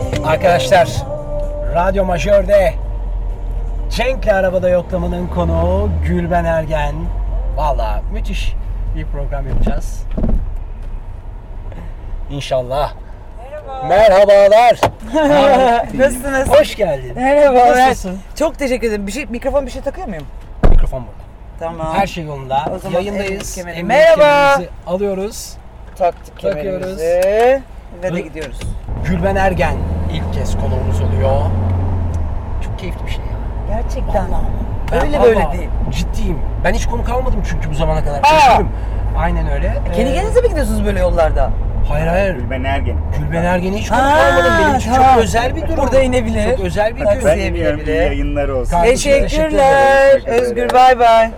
Arkadaşlar, Radyo Majör'de Cenk'le Arabada Yoklamanın konuğu Gülben Ergen. Vallahi müthiş bir program yapacağız. İnşallah. Merhabalar. Nasılsınız? Hoş geldin. Merhaba. Nasılsın? Çok teşekkür ederim. Mikrofon bir şey takıyor muyum? Mikrofon burada. Tamam. Her şey yolunda. O zaman Yayındayız. emniyet Emniyet Merhaba. kemerimizi alıyoruz. Taktık Takıyoruz. kemerimizi. Ve de gidiyoruz. Gülben Ergen ilk kez konuğumuz oluyor. Çok keyifli bir şey ya. Gerçekten. Ben Öyle vallahi böyle değil. Ciddiyim. Ben hiç konuk almadım çünkü bu zamana kadar. Aa! Üzgünüm. Aynen öyle. Kendi kendinize mi gidiyorsunuz böyle yollarda? Hayır. Gülben Ergen. Gülben Ergen'i hiç konuk Ha, almadım. Benim için tamam. çok özel bir durum. Burada inebilir. Çok özel bir Taksiye gün. Ben iniyorum, iyi bile. yayınlar olsun. Kardeşim, teşekkür Teşekkürler. ederim. Teşekkür Özgür ederim. bay bay.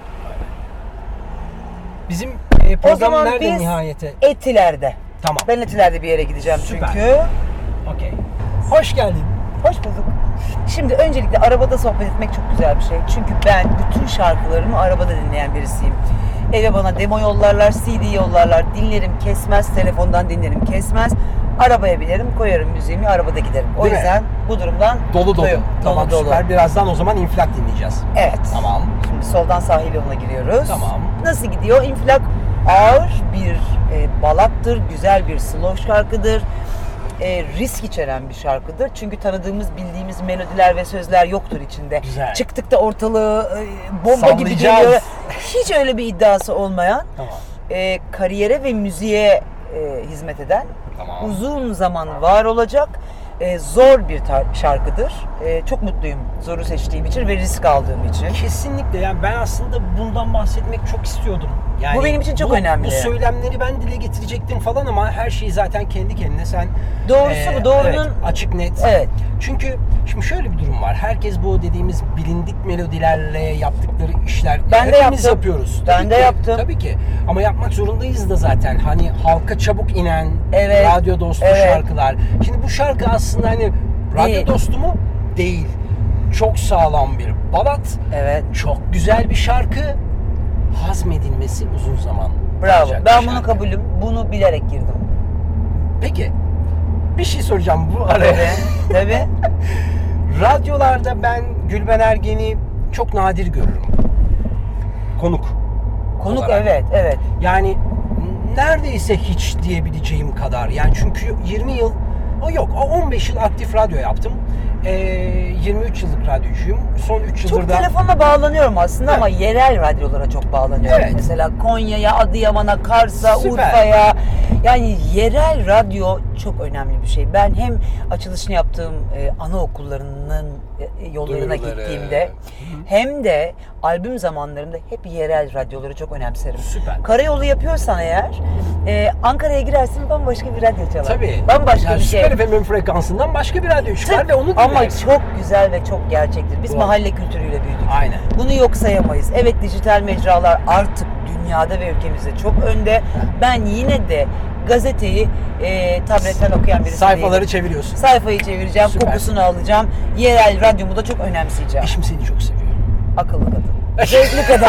Bizim O program zaman nerede biz nihayete? Etiler'de. Tamam. Ben Etiler'de bir yere gideceğim Süper. çünkü. Okey. Hoş geldin. Hoş bulduk. Şimdi öncelikle arabada sohbet etmek çok güzel bir şey. Çünkü ben bütün şarkılarımı arabada dinleyen birisiyim. Eve bana demo yollarlar, CD yollarlar, dinlerim kesmez, telefondan dinlerim kesmez. Arabaya binerim, koyarım müziğimi, arabada giderim. O Değil mi? yüzden bu durumdan Dolu. mutluyum. Tamam Dolu. süper. Birazdan o zaman infilak dinleyeceğiz. Evet. Tamam. Şimdi soldan sahil yoluna giriyoruz. Tamam. Nasıl gidiyor? İnfilak ağır bir balattır, güzel bir slow şarkıdır. Risk içeren bir şarkıdır. Çünkü tanıdığımız, bildiğimiz melodiler ve sözler yoktur içinde. Güzel. Çıktıkta ortalığı bomba gibi Sallayacağız. geliyor. Hiç öyle bir iddiası olmayan, Tamam. kariyere ve müziğe hizmet eden, Tamam. uzun zaman var olacak, zor bir şarkıdır. Çok mutluyum zoru seçtiğim için ve risk aldığım için. Kesinlikle. Yani ben aslında bundan bahsetmek çok istiyordum. Yani Bu benim için çok önemli. Bu söylemleri ben dile getirecektim falan ama her şeyi zaten kendi kendine sen Doğrusu bu, doğrunun... evet, açık net. Evet. Çünkü şimdi şöyle bir durum var. Herkes bu dediğimiz bilindik melodilerle yaptıkları işler Ben de hepimiz yaptım. yapıyoruz. Ben Tabii de ki, yaptım. Tabii ki. Ama yapmak zorundayız da zaten. Hani halka çabuk inen, Evet. radyo dostu Evet. şarkılar. Şimdi bu şarkı aslında hani radyo Değil. dostu mu? Değil. Çok sağlam bir balat. Evet. Çok güzel bir şarkı. Hazmedilmesi uzun zaman Bravo. alacak Ben bir bunu şarkı. kabulüm. Bunu bilerek girdim. Peki. Bir şey soracağım bu araya. Tabii. Radyolarda ben Gülben Ergen'i çok nadir görürüm. Konuk. Konuk olarak. evet. Yani neredeyse hiç diyebileceğim kadar. Yani çünkü 20 yıl, o 15 yıl aktif radyo yaptım. 23 yıllık radyocuyum. Son 3 yıldır Çok da... telefonla bağlanıyorum aslında ama yerel radyolara çok bağlanıyorum. Evet. Mesela Konya'ya, Adıyaman'a, Kars'a, Süper. Urfa'ya. Yani yerel radyo çok önemli bir şey. Ben hem açılışını yaptığım anaokullarının yollarına Duyuruları. gittiğimde hem de albüm zamanlarımda hep yerel radyoları çok önemserim. Süper. Karayolu yapıyorsan eğer Ankara'ya girersin bambaşka bir radyo çalar. Tabii. Bambaşka Yani bir şey. Süper FM'in frekansından başka bir radyo çıkar ve onu Ama dinlersin. çok güzel ve çok gerçektir. Biz Doğru. mahalle kültürüyle büyüdük. Aynen. Bunu yok sayamayız. Evet, dijital mecralar artık dünyada ve ülkemizde çok önde. Ben yine de gazeteyi tabletten okuyan birisi Sayfaları değilim. çeviriyorsun. Sayfayı çevireceğim, Süper. kokusunu alacağım. Yerel radyomu da çok önemseyeceğim. Eşim seni çok seviyor. Akıllı kadın. Zevkli kadın.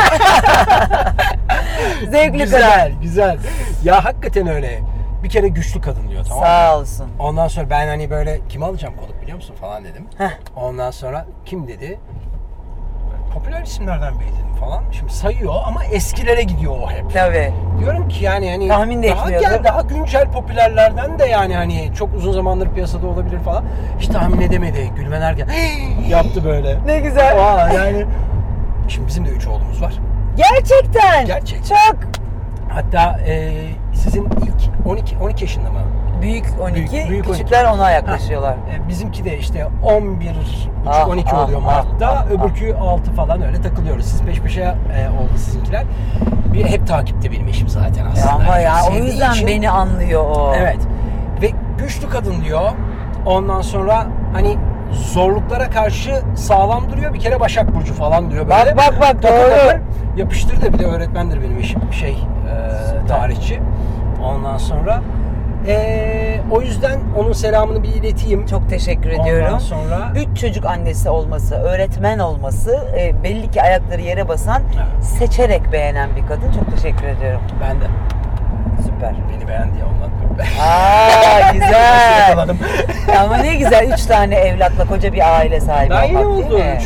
Zevkli kadın. Güzel. Ya hakikaten öyle. Bir kere güçlü kadın diyor, tamam mı? Sağ olsun. Ondan sonra ben hani böyle kimi alacağım konuk biliyor musun falan dedim. Heh. Ondan sonra kim dedi? Popüler isimlerden biri dedim falan. Şimdi sayıyor ama eskilere gidiyor o hep. Tabii. Diyorum ki yani hani Tahmin de etmiyordur. daha güncel popülerlerden de yani hani çok uzun zamandır piyasada olabilir falan. Hiç tahmin edemedi. Gülben Ergen yaptı böyle. Ne güzel. Aa, yani şimdi bizim de 3 oğlumuz var. Gerçekten. Gerçekten. Çok. Hatta sizin ilk 12 yaşında mı? Büyük 12, Büyük 12. küçükler 10'a yaklaşıyorlar. Bizimki de işte 11,5 Ah, 12 oluyor Mart'ta. Öbürkü 6 falan öyle takılıyoruz. Siz peş peşe oldu sizinkiler. Hep takipte benim eşim zaten aslında. Ama ya o Sevdiği yüzden için- beni anlıyor o. Evet. Ve güçlü kadın diyor. Ondan sonra hani zorluklara karşı sağlam duruyor. Bir kere Başak Burcu falan diyor böyle. Bak, Takır doğru. takır yapıştır da bir de öğretmendir benim eşim. Tarihçi. Ondan sonra o yüzden onun selamını bir ileteyim. Çok teşekkür Ondan ediyorum. sonra 3 çocuk annesi olması, öğretmen olması, belli ki ayakları yere basan, Evet. seçerek beğenen bir kadın. Çok teşekkür ediyorum. ben de. Süper. Beni beğendi ya ondan. Aa güzel. Yakaladım. Ama ne güzel 3 tane evlatla koca bir aile sahibi Daha yeni olmak, oldu değil mi? 3.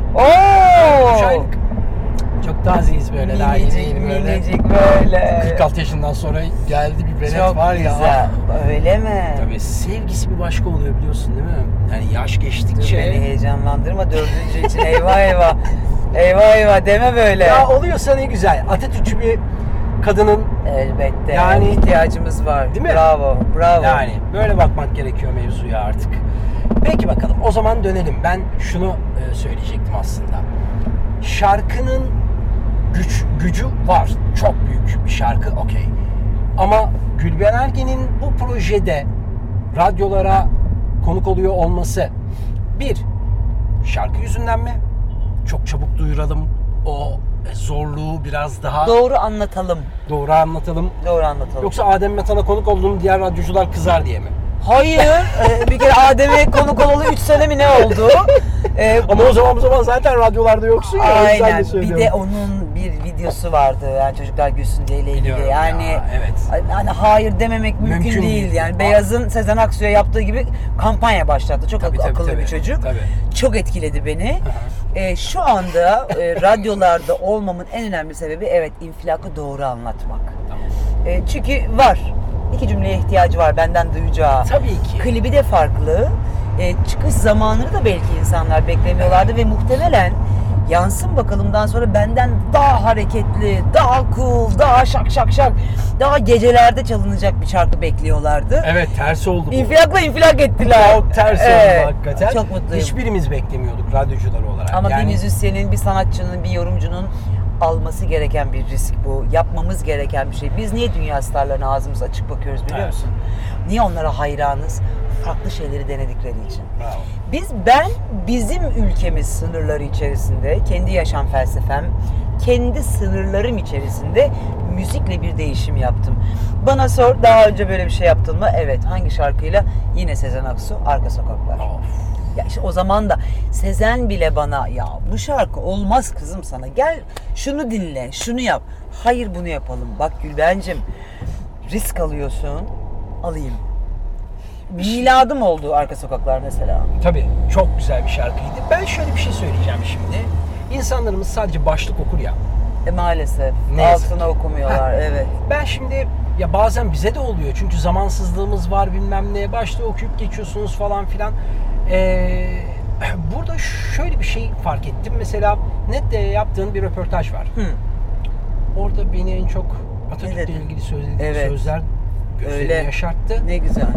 Oo! 3 aylık. Çok tazeyiz böyle. Daha yeni Minicik yeni böyle. minicik böyle. 46 yaşından sonra geldi bir belet Çok var ya. güzel. Öyle mi? Tabii sevgisi bir başka oluyor biliyorsun değil mi? Yani yaş Dur geçtikçe. beni heyecanlandırma 4. için eyvah eyvah. Eyvah eyvah deme böyle. Ya oluyorsa ne güzel. Atatürkçü bir kadının Elbette. Yani- ihtiyacımız var. Değil mi? Bravo. Bravo. yani böyle bakmak gerekiyor mevzuya artık. Peki bakalım o zaman dönelim. Ben şunu söyleyecektim aslında. Şarkının gücü var. Çok büyük bir şarkı okey. Ama Gülben Ergen'in bu projede radyolara konuk oluyor olması bir, şarkı yüzünden mi? Çok çabuk duyuralım. O zorluğu biraz daha Doğru anlatalım. doğru anlatalım. Doğru anlatalım. Yoksa Adem Metan'a konuk olduğum diğer radyocular kızar diye mi? Hayır. Bir kere Adem'e konuk olalı 3 sene mi ne oldu? Ama o zaman zaten radyolarda yoksun ya. o yüzden de Aynen. Bir söylüyorum. de onun bir videosu vardı. Yani çocuklar gülsün diye ile ilgili. Biliyorum Yani ya, evet. hani hayır dememek mümkün Mümkün değil. değil. Yani Beyaz'ın Sezen Aksu'ya yaptığı gibi kampanya başlattı. Çok Tabii, akıllı tabii. bir çocuk. Tabii. Çok etkiledi beni. Şu anda radyolarda olmamın en önemli sebebi evet infilakı doğru anlatmak. Çünkü var. 2 cümleye ihtiyacı var benden duyacağı. Tabii ki. Klibi de farklı. Çıkış zamanını da belki insanlar beklemiyorlardı ve muhtemelen Yansın Bakalım'dan sonra benden daha hareketli, daha cool, daha şak şak şak, daha gecelerde çalınacak bir şarkı bekliyorlardı. Evet ters oldu bu. İnfilakla infilak ettiler. Çok ters Evet, oldu hakikaten. Çok mutluyum. Hiçbirimiz beklemiyorduk radyocular olarak. Ama yani, bir müzisyenin, bir sanatçının, bir yorumcunun alması gereken bir risk bu. Yapmamız gereken bir şey. Biz niye dünya starlarına ağzımız açık bakıyoruz biliyor Evet. musun? Niye onlara hayranız? Farklı şeyleri denedikleri için. Bravo. Ben bizim ülkemiz sınırları içerisinde, kendi yaşam felsefem, kendi sınırlarım içerisinde müzikle bir değişim yaptım. Bana sor, daha önce böyle bir şey yaptın mı? Evet. Hangi şarkıyla? Yine Sezen Aksu, Arka Sokaklar. Of. Ya işte o zaman da Sezen bile bana ya bu şarkı olmaz kızım sana. Gel şunu dinle, şunu yap. Hayır bunu yapalım. Bak Gülbencim risk alıyorsun. Alayım. Miladım oldu Arka Sokaklar mesela. Tabii çok güzel bir şarkıydı. Ben şöyle bir şey söyleyeceğim şimdi. İnsanlarımız sadece başlık okur ya. Maalesef. Ne yazık Altına okumuyorlar. Evet. Ben şimdi ya bazen bize de oluyor çünkü zamansızlığımız var bilmem ne. Başta okuyup geçiyorsunuz falan filan. Burada şöyle bir şey fark ettim. Mesela NET'te yaptığın bir röportaj var. Orada beni en çok Atatürk'le dedin? ilgili söylediğin Evet. sözler gözlerimi Öyle. yaşarttı. Ne güzel.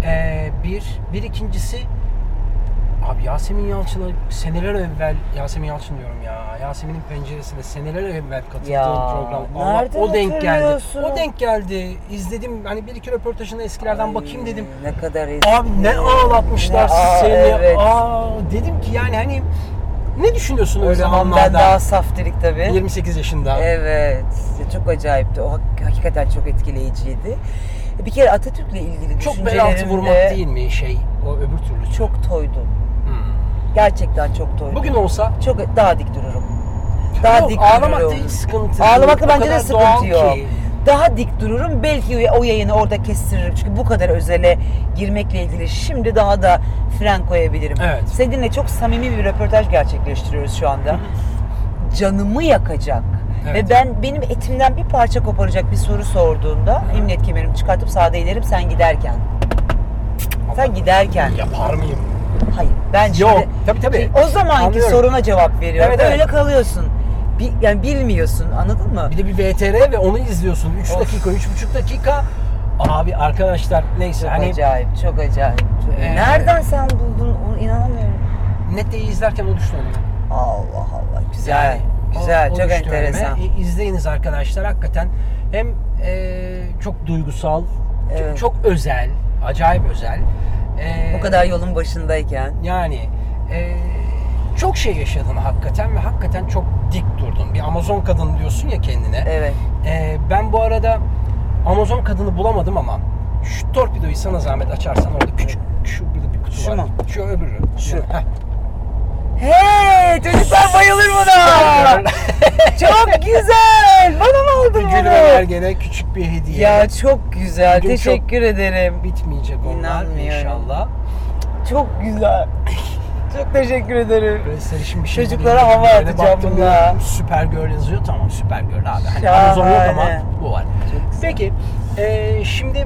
Bir ikincisi abi Yasemin Yalçın'a seneler evvel Yasemin Yalçın diyorum ya. Yasemin'in penceresinde seneler evvel katıldığım Ya, program. Allah, nereden o denk geldi. hatırlıyorsun? O denk geldi. İzledim. Hani bir iki röportajına eskilerden Ay, bakayım dedim. Ne kadar eski. Abi ne ağlatmışlar Ne- seni. evet. Dedim ki yani hani ne düşünüyorsun O öyle zaman ben anlarda? daha saftirik tabii. 28 yaşında. Evet. Çok acayipti. O hakikaten çok etkileyiciydi. Bir kere Atatürk'le ilgili Çok bel altı düşüncelerimde vurmak değil mi şey? O öbür türlü. çok toydum. Gerçekten çok toydum. Bugün olsa çok daha dik dururum. Daha Yok, dik ağlamakta dururum. hiç sıkıntı Ağlamakta yok. O bence de kadar sıkıntı doğal yok. ki. Daha dik dururum. Belki o yayını orada kestiririm. Çünkü bu kadar özele girmekle ilgili şimdi daha da fren koyabilirim. Evet. Seninle çok samimi bir röportaj gerçekleştiriyoruz şu anda. Canımı yakacak. Evet. Ve benim etimden bir parça koparacak bir soru sorduğunda emniyet kemerimi çıkartıp sağda inerim sen giderken. Sen giderken. Yapar mıyım? Hayır. Ben şimdi Yok, tabii. o zamanki Anlıyorum. soruna cevap veriyorum. Evet, evet. Öyle kalıyorsun. Yani bilmiyorsun. Anladın mı? Bir de bir VTR ve onu izliyorsun. 3 Of. dakika, 3,5 dakika. Abi arkadaşlar neyse Çok hani acayip, çok acayip. Nereden sen buldun onu inanamıyorum. Net'teyi izlerken o düştü önüme. Allah Allah. Güzel. Yani güzel, o çok düştü enteresan. önüme. İzleyiniz arkadaşlar hakikaten hem çok duygusal, Evet. çok özel, acayip özel. Bu kadar yolun başındayken. Yani çok şey yaşadın hakikaten ve hakikaten çok dik durdun. Bir Amazon kadını diyorsun ya kendine. Evet. Ben bu arada Amazon kadını bulamadım ama şu torpidoyu sana zahmet açarsan orada küçük şu burada bir kutu Şu var. mu? Şu öbürü. Şu. Heh. Hey, çocuklar bayılır buna. Çok güzel. Bana mı aldın Gül bunu? ve Ergen'e küçük bir hediye. Ya çok güzel. Bugün Teşekkür ederim. bitmeyecek onlar İnanmıyorum. inşallah. Çok güzel. Çok teşekkür ederim. Böyle sarışın bir şey. Çocuklara bulayım. hava Böyle atacağım baktım, bununla. gördüm, Süpergirl yazıyor. Tamam, Süpergirl abi. Hani Şahane. Amazon yok ama bu var. Çok güzel. Peki şimdi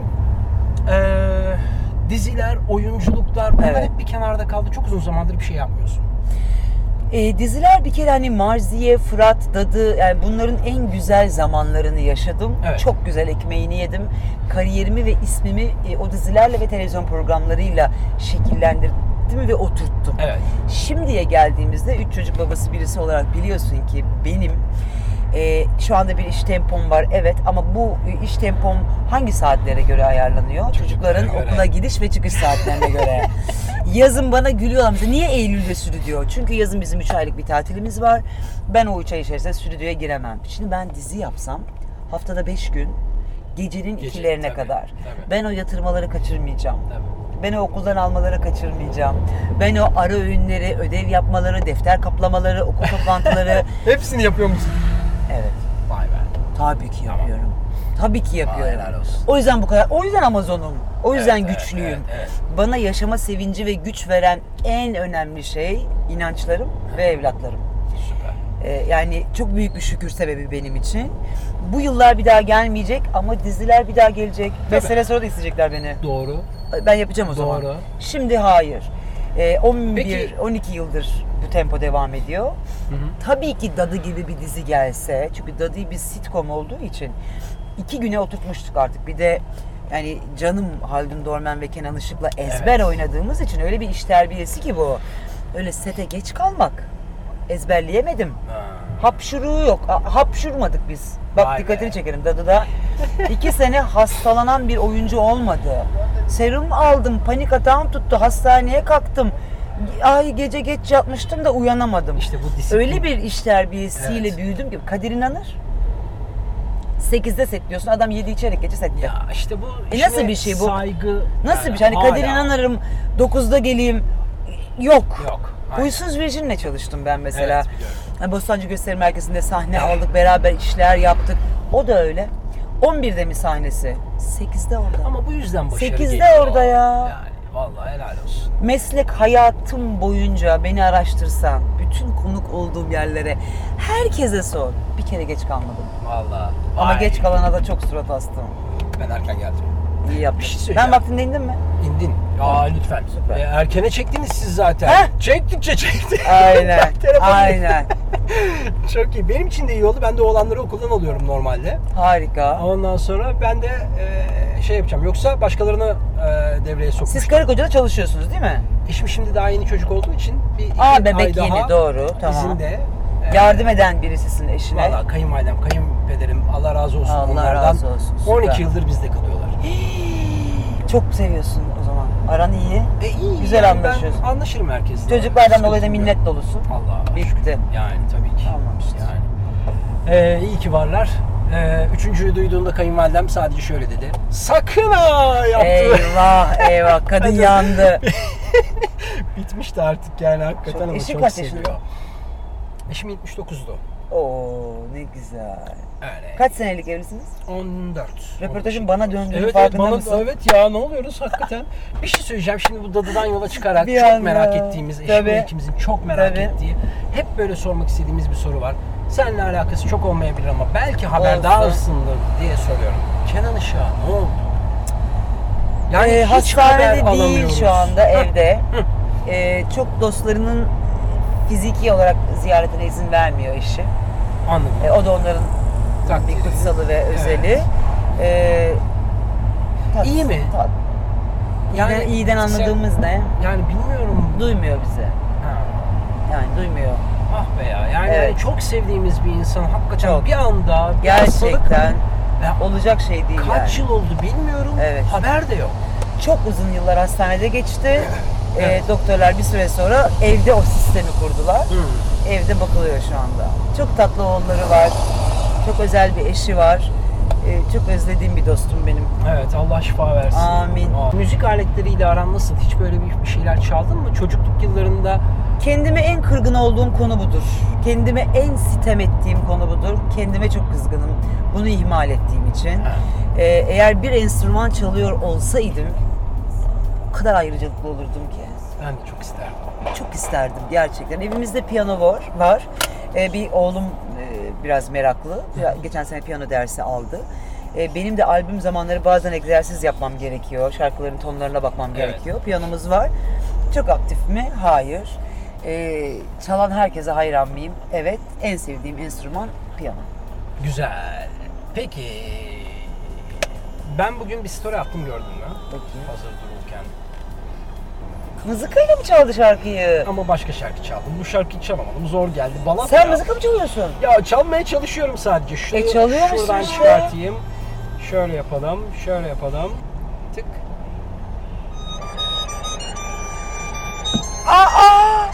diziler, oyunculuklar bunlar Evet. hep bir kenarda kaldı. Çok uzun zamandır bir şey yapmıyorsun. Diziler bir kere hani Marziye, Fırat, Dadı, yani bunların en güzel zamanlarını yaşadım. Evet. Çok güzel ekmeğini yedim. Kariyerimi ve ismimi o dizilerle ve televizyon programlarıyla şekillendirdim ve oturttum. Evet. Şimdiye geldiğimizde 3 çocuk babası birisi olarak biliyorsun ki benim şu anda bir iş tempom var, evet, ama bu iş tempom hangi saatlere göre ayarlanıyor? Çocukların göre. okula gidiş ve çıkış saatlerine göre. Yazın bana gülüyorlar mesela, niye Eylül'de stüdyo? Çünkü yazın bizim 3 aylık bir tatilimiz var. Ben o 3 ay içerisinde stüdyoya giremem. Şimdi ben dizi yapsam haftada 5 gün gecenin Gece, 2'lerine tabii, kadar. tabii. Ben o yatırmaları kaçırmayacağım. Tabii. Ben o okuldan almaları kaçırmayacağım. Ben o ara öğünleri, ödev yapmaları, defter kaplamaları, okul toplantıları. Hepsini yapıyor musun? Evet. Vay be. Tabii ki yapıyorum. Tabii ki yapıyorum. helal olsun. O yüzden bu kadar. O yüzden Amazon'um. O yüzden Evet, güçlüyüm. evet, evet. Bana yaşama sevinci ve güç veren en önemli şey inançlarım ve evlatlarım. Süper. Yani çok büyük bir şükür sebebi benim için. Bu yıllar bir daha gelmeyecek ama diziler bir daha gelecek. 5 sene sonra da isteyecekler beni. Doğru. Ben yapacağım o zaman. Doğru. Şimdi hayır. 11, Peki- 12 yıldır bu tempo devam ediyor. Hı hı. Tabii ki Dadı gibi bir dizi gelse, çünkü Dadı bir sitcom olduğu için 2 güne oturtmuştuk artık. Bir de yani canım Haldun Dorman ve Kenan Işık'la ezber Evet. oynadığımız için öyle bir iş terbiyesi ki bu. Öyle sete geç kalmak. Ezberleyemedim. Ha. Hapşuruğu yok. Hapşurmadık biz. Bak Vay dikkatini be. çekerim. Dadı'da 2 sene hastalanan bir oyuncu olmadı. Serum aldım, panik atağım tuttu, hastaneye kalktım. Ay gece geç yatmıştım da uyanamadım. İşte bu disiplin. Öyle bir iş terbiyesiyle Evet. büyüdüm ki. Kadir İnanır 8'de setliyorsun, adam 7 içerek gece sette. Ya işte bu nasıl işine bir şey bu? saygı. Nasıl yani bir şey? Hani hala Kadir İnanır'ım 9'da geleyim. Yok. Yok. Aynen. Huysuz Virjin'le çalıştım ben mesela. Evet, biliyorum. Yani Bostancı Gösteri Merkezi'nde sahne aldık, beraber işler yaptık. O da öyle. 11'de mi sahnesi? 8'de orada. Ama bu yüzden başarı 8'de geliyor. orada ya. Yani vallahi helal olsun. Meslek hayatım boyunca beni araştırsan, bütün konuk olduğum yerlere herkese sor. Bir kere geç kalmadım. Vallahi. Ama Vay. geç kalana da çok surat astım. Ben erken geldim. İyi yaptın. Bir şey söyleyeceğim. Ben vaktinde indim mi? İndin. Ya lütfen. Süper. Erkene çektiniz siz zaten. Heh. Çektikçe çekti. Aynen. Telefonu- Aynen. Çok iyi. Benim için de iyi oldu. Ben de oğlanları okuldan alıyorum normalde. Harika. Ondan sonra ben de şey yapacağım. Yoksa başkalarını devreye sokmuştum. Siz karı koca da çalışıyorsunuz değil mi? Eşim şimdi daha yeni çocuk olduğu için bir iki Bebek ay yeni, daha doğru, tamam. izinde. Yardım eden birisisin eşine. Valla kayınvalidem, kayınpederim Allah razı olsun Allah onlardan. razı olsun, süper. 12 yıldır bizde kalıyorlar. Çok seviyorsun o zaman. Aran iyi. İyi. Güzel yani anlaşıyorsun. Ben anlaşırım herkesle. Çocuklardan Sıkıntı dolayı da yok. minnet dolusun. Allah Bitti. Yani tabii ki. Tamam işte. Yani. İyi ki varlar. Üçüncüyü duyduğunda kayınvalidem sadece şöyle dedi. Sakın ha yaptı. Eyvah eyvah, kadın yandı. Bitmişti artık yani hakikaten Çok- ama eşi çok kaç seviyor. yaşında? Eşim 79'du. Oo ne güzel. Öyle. Kaç senelik evlisiniz? 14. Röportajın bana döndüğünün Evet, farkında bana, mısın? evet ya ne oluyoruz hakikaten. Bir şey söyleyeceğim şimdi bu dadıdan yola çıkarak Bir çok anda. merak ettiğimiz, eşimle Tabii. ikimizin çok merak Tabii. ettiği, hep böyle sormak istediğimiz bir soru var. Seninle alakası çok olmayabilir ama belki haberdarsındır diye soruyorum. Kenan Işık'a ne oldu? Yani hiç hastanede haber değil alamıyoruz. şu anda, Heh, evde. Çok dostlarının fiziki olarak ziyaretine izin vermiyor eşi. Anladım. O da onların Takdiri. bir kutsalı ve özeli. Evet. İyi mi? Yani iyiden anladığımız ne? Yani bilmiyorum. Duymuyor bizi. Ha. Yani duymuyor. Ah be ya. Yani Evet. çok sevdiğimiz bir insan hakikaten Çok. bir anda bir hastalık- Gerçekten Ya, olacak şey değil kaç yani. yıl oldu bilmiyorum. Evet. Haber de yok. Çok uzun yıllar hastanede geçti. Evet. Doktorlar bir süre sonra evde o sistemi kurdular. Hmm. Evde bakılıyor şu anda. Çok tatlı oğulları var. Çok özel bir eşi var. Çok özlediğim bir dostum benim. Evet, Allah şifa versin. Amin. Müzik aletleriyle aran nasıl? Hiç böyle bir şeyler çaldın mı? Çocukluk yıllarında Kendime en kırgın olduğum konu budur. Kendime en sitem ettiğim konu budur. Kendime çok kızgınım. Bunu ihmal ettiğim için. Eğer bir enstrüman çalıyor olsaydım o kadar ayrıcalıklı olurdum ki. ben de çok isterdim. Çok isterdim gerçekten. Evimizde piyano var. Bir oğlum biraz meraklı. Geçen sene piyano dersi aldı. Benim de albüm zamanları bazen egzersiz yapmam gerekiyor. Şarkıların tonlarına bakmam gerekiyor. Piyanomuz var. Çok aktif mi? Hayır. Çalan herkese hayran mıyım? Evet. En sevdiğim enstrüman piyano. Güzel. Peki ben bugün bir story attım, gördün mü? Bakayım. Hazır dururken. Mızıkayla mı çaldı şarkıyı? Ama başka şarkı çaldım. Bu şarkıyı çalamadım. Zor geldi. Balat Sen ya. mızıka mı çalıyorsun? Ya çalmaya çalışıyorum sadece. Şunu çalıyor musun şuradan işte? çıkartayım. Şöyle yapalım. Şöyle yapalım. Tık. Aa!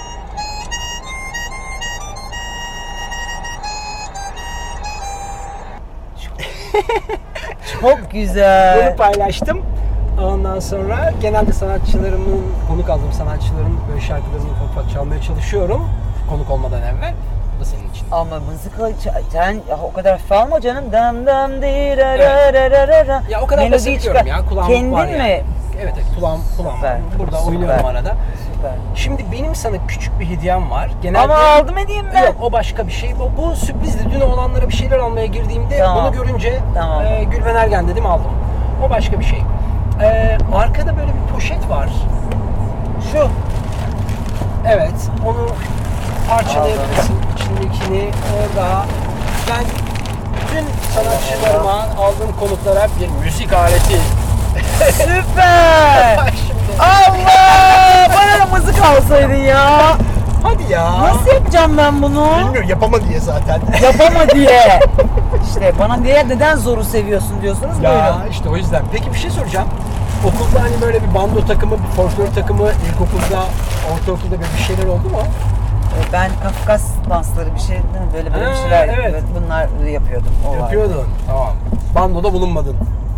Çok güzel. Bunu paylaştım. Ondan sonra genelde sanatçılarımın, konuk aldığım sanatçıların böyle şarkılarını ufak ufak çalmaya çalışıyorum. Konuk olmadan evvel. Bu da senin için. Ama mızıka sen o kadar falan canım. Dam dam di ra ra ra ra ra ra. Ya o kadar basit biliyorum ya. Kulağım Kendin var mi? yani. Evet, kulağım Süper, var. Burada süper. oynuyorum arada. Süper. Şimdi benim sana küçük bir hediyem var. Genelde Ama aldım hediyem ben. Yok, o başka bir şey. Bu sürprizdi. Dün oğlanlara bir şeyler almaya girdiğimde Tamam. bunu görünce Tamam. Gülben Ergen dedim, aldım. O başka bir şey. Arkada böyle bir poşet var. Şu. Evet, onu parçalayabilirsin. İçindekini orada. Ben bütün sanatçılarıma, aldığım konuklara bir müzik aleti. Süper. Bak şimdi. Allah! Bana da mızık alsaydın ya. Hadi ya. Nasıl yapacağım ben bunu? Bilmiyorum, yapama diye zaten. Yapama diye. İşte bana neden zoru seviyorsun diyorsunuz. Ya Buyurun. işte o yüzden. Peki bir şey soracağım. Okulda hani böyle bir bando takımı, bir folklor takımı, ilkokulda, ortaokulda böyle bir şeyler oldu mu? Ben Kafkas dansları bir şey değil mi? Böyle bir şeyler evet. bunlar yapıyordum. O var. Yapıyordun. Tamam. Bandoda bulunmadın.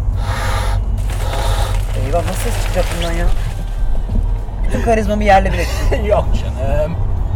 Eyvah, nasıl ses çıkacak bundan ya? Bütün karizmamı yerle bir ettim. Yok canım.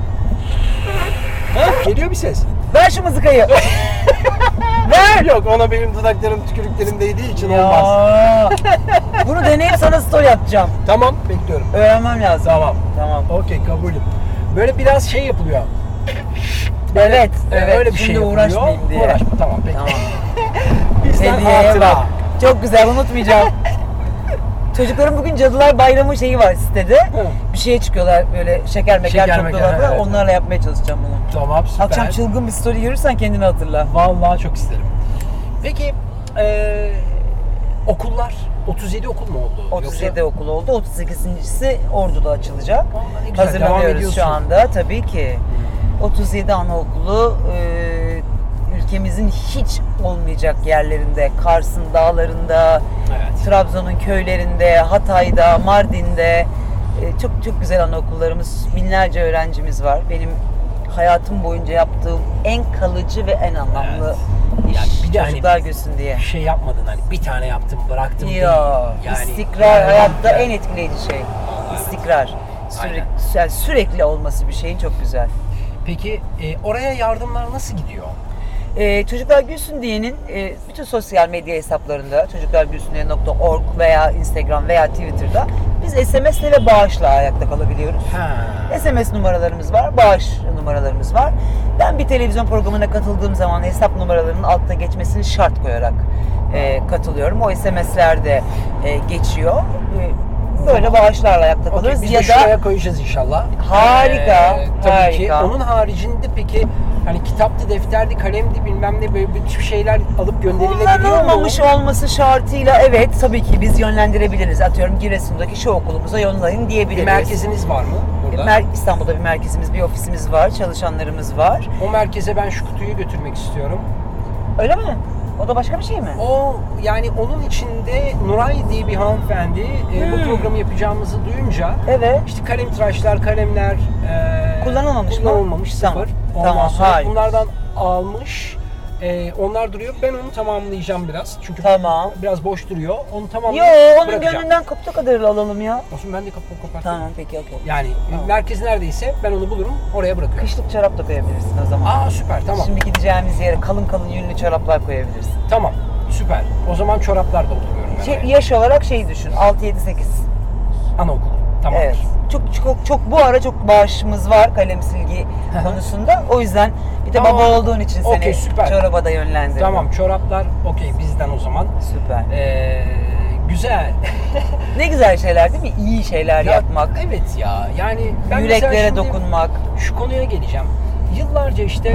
Ha, geliyor bir ses. Ver şu mızıkayı. Ver. Yok, ona benim dudaklarım tükürüklerim değdiği için olmaz. Ya. Bunu deneyip sana story atacağım. Tamam, bekliyorum. Öğrenmem lazım. Tamam. Tamam. Okey, kabulüm. Böyle biraz şey yapılıyor. Evet. Öyle bir Şimdi şey yapılıyor. uğraşmayayım diye. Uğraşma, tamam peki. Tamam. Bizden Hediyeye hatıra. bak. Çok güzel, unutmayacağım. Çocukların bugün Cadılar Bayramı şeyi var sitede. Hı. Bir şeye çıkıyorlar böyle şeker Şeker topluyorlar meker, falan. evet. Onlarla yapmaya çalışacağım bunu. Tamam, süper. Akşam çılgın bir story görürsen kendini hatırla. Vallahi çok isterim. Peki okullar 37 okul mu oldu? 37 okul oldu. 38.si Ordu'da açılacak. Vallahi ne güzel, devam Hazırlanıyoruz ediyorsun. şu anda tabii ki. 37 anaokulu ülkemizin hiç olmayacak yerlerinde, Kars'ın dağlarında, Evet. Trabzon'un köylerinde, Hatay'da, Mardin'de çok çok güzel anaokullarımız, binlerce öğrencimiz var. Benim hayatım boyunca yaptığım en kalıcı ve en anlamlı iş, Yani bir de hani çocuklar gülsün diye. Bir şey yapmadın, hani bir tane yaptım bıraktım değil. Ya, istikrar hayatta en etkileyici şey. İstikrar. Aynen. Sürekli olması bir şeyin çok güzel. Peki oraya yardımlar nasıl gidiyor? Çocuklar Gülsün diye'nin bütün sosyal medya hesaplarında çocuklargülsündiye.org veya Instagram veya Twitter'da biz SMS'le ve bağışla ayakta kalabiliyoruz. SMS numaralarımız var, bağış numaralarımız var. Ben bir televizyon programına katıldığım zaman hesap numaralarının altta geçmesini şart koyarak katılıyorum. O SMS'ler de geçiyor. Böyle bağışlarla ayakta kalıyoruz. Biz Ya de şuraya koyacağız inşallah. Harika, Tabii ki. harika. Onun haricinde peki hani kitaptı, defterdi, kalemdi, bilmem ne, böyle bir şeyler alıp gönderilebiliyor mu? Kullanılmamış olması şartıyla evet tabii ki biz yönlendirebiliriz. Atıyorum Giresun'daki şu okulumuza yollayın diyebiliriz. Bir merkeziniz var mı burada? İstanbul'da bir merkezimiz, bir ofisimiz var, çalışanlarımız var. O merkeze ben şu kutuyu götürmek istiyorum. Öyle mi? O da başka bir şey mi? O yani onun içinde Nuray diye bir hanımefendi bu programı yapacağımızı duyunca Evet. işte kalem tıraşlar, kalemler Kullanılmamış mı? kullanılmamış, Tamam. sıfır. Ondan Tamam, sonra harika. bunlardan almış. Onlar duruyor. Ben onu tamamlayacağım biraz. Çünkü Tamam. biraz boş duruyor. Onu Yo, tamamlayıp onun bırakacağım. gönlünden koptu kadarıyla alalım ya. Olsun, ben de kopartayım. Tamam, peki, okey. Yani Tamam. merkez neredeyse ben onu bulurum, oraya bırakıyorum. Kışlık çorap da koyabilirsin o zaman. Aa, süper, tamam. Şimdi gideceğimiz yere kalın kalın yünlü çoraplar koyabilirsin. Tamam, süper. O zaman çoraplar dolduruyorum ben oraya. Yaş olarak şeyi düşün, 6, 7, 8. Anaokulu. Tamam. Evet. Çok bu ara çok bağışımız var kalem silgi konusunda. O yüzden bir de baba olduğun için seni okey, süper. çoraba da yönlendirdim. Tamam, çoraplar okey bizden o zaman. Süper. Güzel. Ne güzel şeyler değil mi? İyi şeyler yapmak. Evet ya. Yani ben Yüreklere şimdi dokunmak. şu konuya geleceğim. Yıllarca işte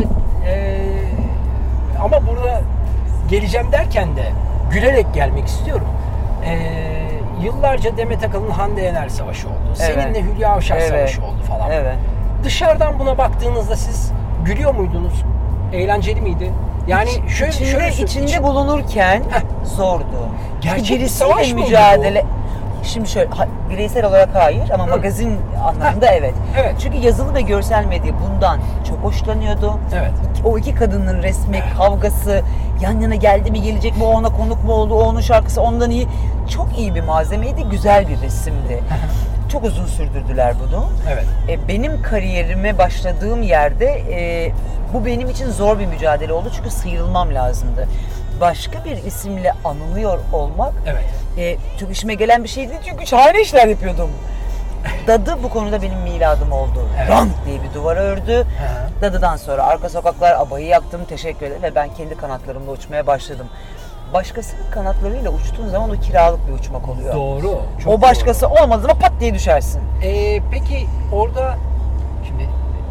ama burada geleceğim derken de gülerek gelmek istiyorum. Yıllarca Demet Akalın Hande Yener savaşı oldu. Evet. Seninle Hülya Avşar Evet. savaşı oldu falan. Evet. Dışarıdan buna baktığınızda siz gülüyor muydunuz? Eğlenceli miydi? Yani içinde bulunurken zordu. Gerçek Çünkü bir savaş birisiyle mıydı mücadele. Şimdi şöyle bireysel olarak hayır ama magazin anlamında evet. Evet. Çünkü yazılı ve görsel medya bundan çok hoşlanıyordu. Evet. O iki kadının resmi, kavgası, yan yana geldi mi gelecek mi, o ona konuk mu oldu, o onun şarkısı ondan iyi. Çok iyi bir malzemeydi, güzel bir resimdi. Çok uzun sürdürdüler bunu. Evet. Benim kariyerime başladığım yerde bu benim için zor bir mücadele oldu çünkü sıyrılmam lazımdı. Başka bir isimle anılıyor olmak çok işime gelen bir şey değil çünkü şahane işler yapıyordum. Dadı bu konuda benim miladım oldu. Evet. Rank diye bir duvar ördü. Dadı'dan sonra Arka Sokaklar, Abayı Yaktım, teşekkür ederim ve ben kendi kanatlarımla uçmaya başladım. Başkasının kanatlarıyla uçtuğun zaman o kiralık bir uçmak oluyor. Doğru. Çok o başkası olmadığı zaman pat diye düşersin. Peki orada şimdi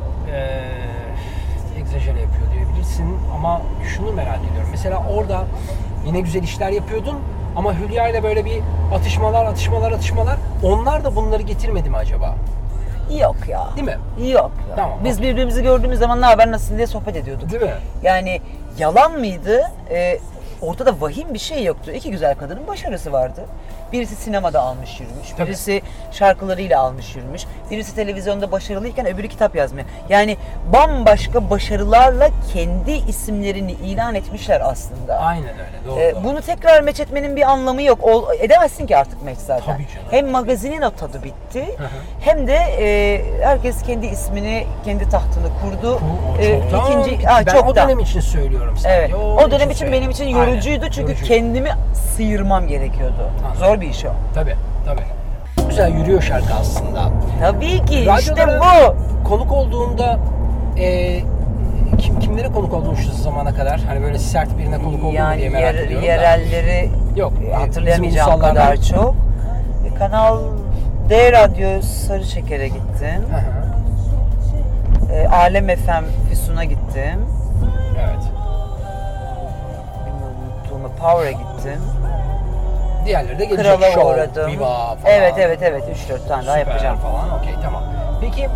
egzajere yapıyor diyebilirsin ama şunu merak ediyorum. Mesela orada yine güzel işler yapıyordun ama Hülya ile böyle bir atışmalar. Onlar da bunları getirmedi mi acaba? Yok ya. Değil mi? Yok ya. Tamam, Biz birbirimizi gördüğümüz zaman ne haber nasılsın diye sohbet ediyorduk. Değil mi? Yani yalan mıydı? Ortada vahim bir şey yoktu. İki güzel kadının başarısı vardı. Birisi sinemada almış yürümüş, Tabii. birisi şarkılarıyla almış yürümüş, birisi televizyonda başarılıyken öbürü kitap yazmıyor. Yani bambaşka başarılarla kendi isimlerini ilan etmişler aslında. Aynen öyle. Doğru. Bunu tekrar meç etmenin bir anlamı yok. Edemezsin ki artık meç zaten. Tabii canım. Hem magazinin o tadı bitti, Hı hı. hem de herkes kendi ismini, kendi tahtını kurdu. Ben o Çoktan. dönem için söylüyorum sadece. Evet. O dönem için benim için Aynen, yorucuydu çünkü kendimi sıyırmam gerekiyordu. Anladım. Zor bir iş o. Tabii. Güzel yürüyor şarkı aslında. Tabii ki işte Radyolara bu. konuk olduğunda kimlere konuk oldun şu zamana kadar? Hani böyle sert birine konuk oldun mu diye merak ediyorum yerelleri Yok, hatırlayamayacağım bizim kadar ulusallardan. çok. Kanal D Radyo Sarıçeker'e gittim. Hı hı. Alem FM Füsun'a gittim. Evet. Bilmiyorum unuttuğumu Power'a gittim. Diğerleri de gelecek. Krala Show, uğradım. Viva falan. Evet 3-4 tane daha Süper yapacağım. falan. Okey, tamam. Peki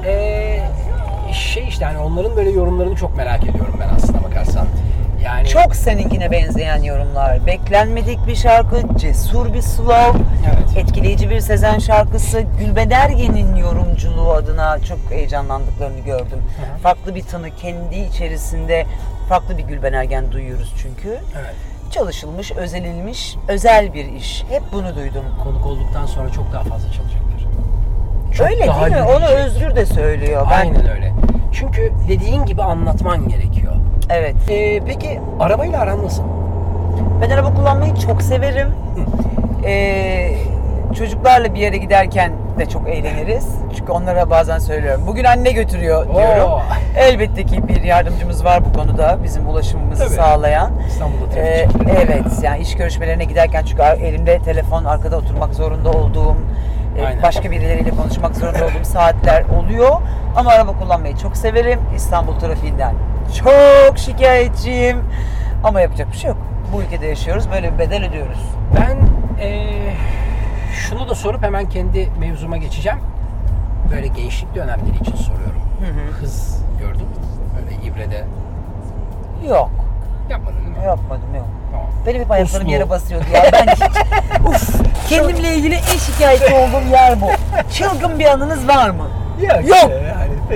işte hani onların böyle yorumlarını çok merak ediyorum ben aslına bakarsan. Yani Çok seninkine benzeyen yorumlar. Beklenmedik bir şarkı, cesur bir slow, Evet. etkileyici bir Sezen şarkısı. Gülben Ergen'in yorumculuğu adına çok heyecanlandıklarını gördüm. Hı hı. Farklı bir tanı, kendi içerisinde farklı bir Gülben Ergen duyuyoruz çünkü. Evet. Çalışılmış, özenilmiş, özel bir iş. Hep bunu duydum. Konuk olduktan sonra çok daha fazla çalacaklar. Öyle daha değil mi? Onu yürüyecek. Özgür de söylüyor. Aynen öyle. Çünkü dediğin gibi anlatman gerekiyor. Evet. Peki arabayla aran nasıl? Ben araba kullanmayı çok severim. Çocuklarla bir yere giderken de çok eğleniriz. Çünkü onlara bazen söylüyorum. Bugün anne götürüyor diyorum. Oo. Elbette ki bir yardımcımız var bu konuda. Bizim ulaşımımızı Tabii. sağlayan. İstanbul'da trafik çekilir. Evet. Yani iş görüşmelerine giderken çünkü elimde telefon, arkada oturmak zorunda olduğum, Aynen. başka birileriyle konuşmak zorunda olduğum saatler oluyor. Ama araba kullanmayı çok severim. İstanbul trafiğinden çok şikayetçiyim. Ama yapacak bir şey yok. Bu ülkede yaşıyoruz. Böyle bir bedel ödüyoruz. Ben şunu da sorup hemen kendi mevzuma geçeceğim. Böyle gençlik dönemleri için soruyorum. Hız gördün mü? Böyle İbre'de Yok. yapmadın değil mi? Yapmadım yok. Tamam. Benim hep ayaklarım Uslu. yere basıyordu ya. Ben hiç, kendimle ilgili en şikayetçi olduğum yer bu. Çılgın bir anınız var mı? Yok. Yani peki.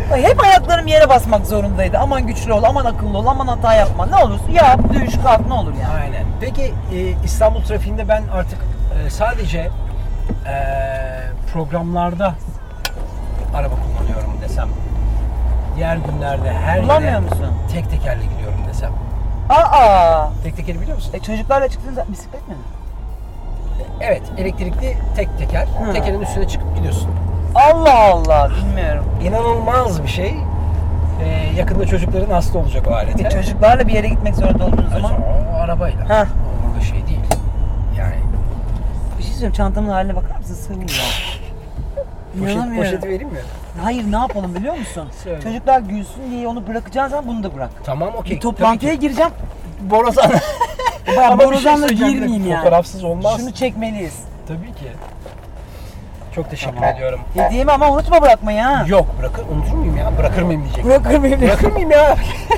Hep ayaklarım yere basmak zorundaydı. Aman güçlü ol, aman akıllı ol, aman hata yapma. Ne olursun yap, düş, kalk ne olur yani. Aynen. Peki İstanbul trafiğinde ben artık sadece programlarda araba kullanıyorum desem. Diğer günlerde her Kullanmıyor yere musun? tek tekerle gidiyorum desem. Aa! Tek tekeri biliyor musun? Çocuklarla çıktığınızda bisiklet mi? Evet, elektrikli tek teker. Hı. Tekerin üstüne çıkıp gidiyorsun. Allah Allah, bilmiyorum. İnanılmaz bir şey. Yakında çocukların hasta olacak o alete. Çocuklarla bir yere gitmek zorunda olduğunuz zaman O arabayla. Heh. O orada şey değil. Yani bir şey söyleyeyim, çantamın haline bakar mısın? Sığmıyor ya. İnanamıyorum. poşeti vereyim mi? Hayır, ne yapalım biliyor musun? Söyle. Çocuklar gülsün diye onu bırakacağın zaman bunu da bırak. Tamam, okey. Bir toplantıya gireceğim. Borazan. Bayağı Ama bir şey borazanla söyleyeceğim, girmeyeyim yani. fotoğrafsız olmaz. Şunu çekmeliyiz. Tabii ki. Çok teşekkür Tamam. ediyorum. Hediyemi ama unutma bırakmayı ha. Yok, unutur muyum ya? Bırakır mıyım diyecek. Bırakır mıyım? Bırakır mıyım ya?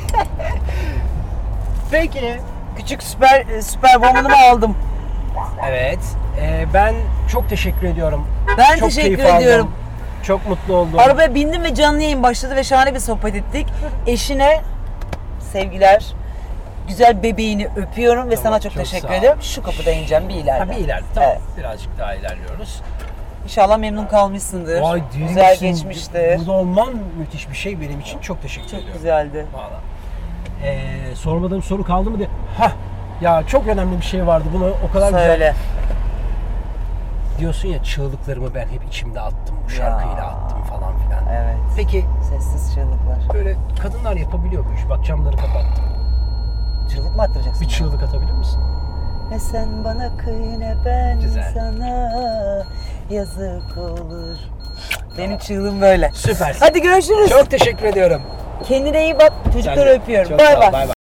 Peki. Küçük süper woman'ımı aldım. Evet. Ben çok teşekkür ediyorum. Ben çok teşekkür keyif aldım. ediyorum. Çok mutlu oldum. Arabaya bindim ve canlı yayın başladı ve şahane bir sohbet ettik. Eşine sevgiler. Güzel bebeğini öpüyorum ve Tamam, sana çok çok teşekkür sağ ol. ediyorum. Şu kapıda ineceğim bir ileride. Ha, bir ileride. Tamam. Evet. Birazcık daha ilerliyoruz. İnşallah memnun kalmışsındır. Vay, deli Güzel misin? geçmiştir. Burada olman müthiş bir şey benim için. Çok teşekkür Çok ediyorum. güzeldi. Valla. Sormadığım soru kaldı mı diye. Ya çok önemli bir şey vardı. Bunu o kadar Söyle. güzel diyorsun ya, çığlıklarımı ben hep içimde attım. Bu şarkıyla attım falan filan. Evet. Peki Sessiz çığlıklar. böyle kadınlar yapabiliyor mu? Bak, camları kapattım. Çığlık mı attıracaksın? Bir çığlık atabilir misin? Ne sen bana kıy ne ben Güzel. sana, yazık olur. Benim çığlığım böyle. Süpersin. Hadi görüşürüz. Çok teşekkür ediyorum. Kendine iyi bak. Çocukları Sen de. öpüyorum. Çok Bay sağ ol, bay. bay bay.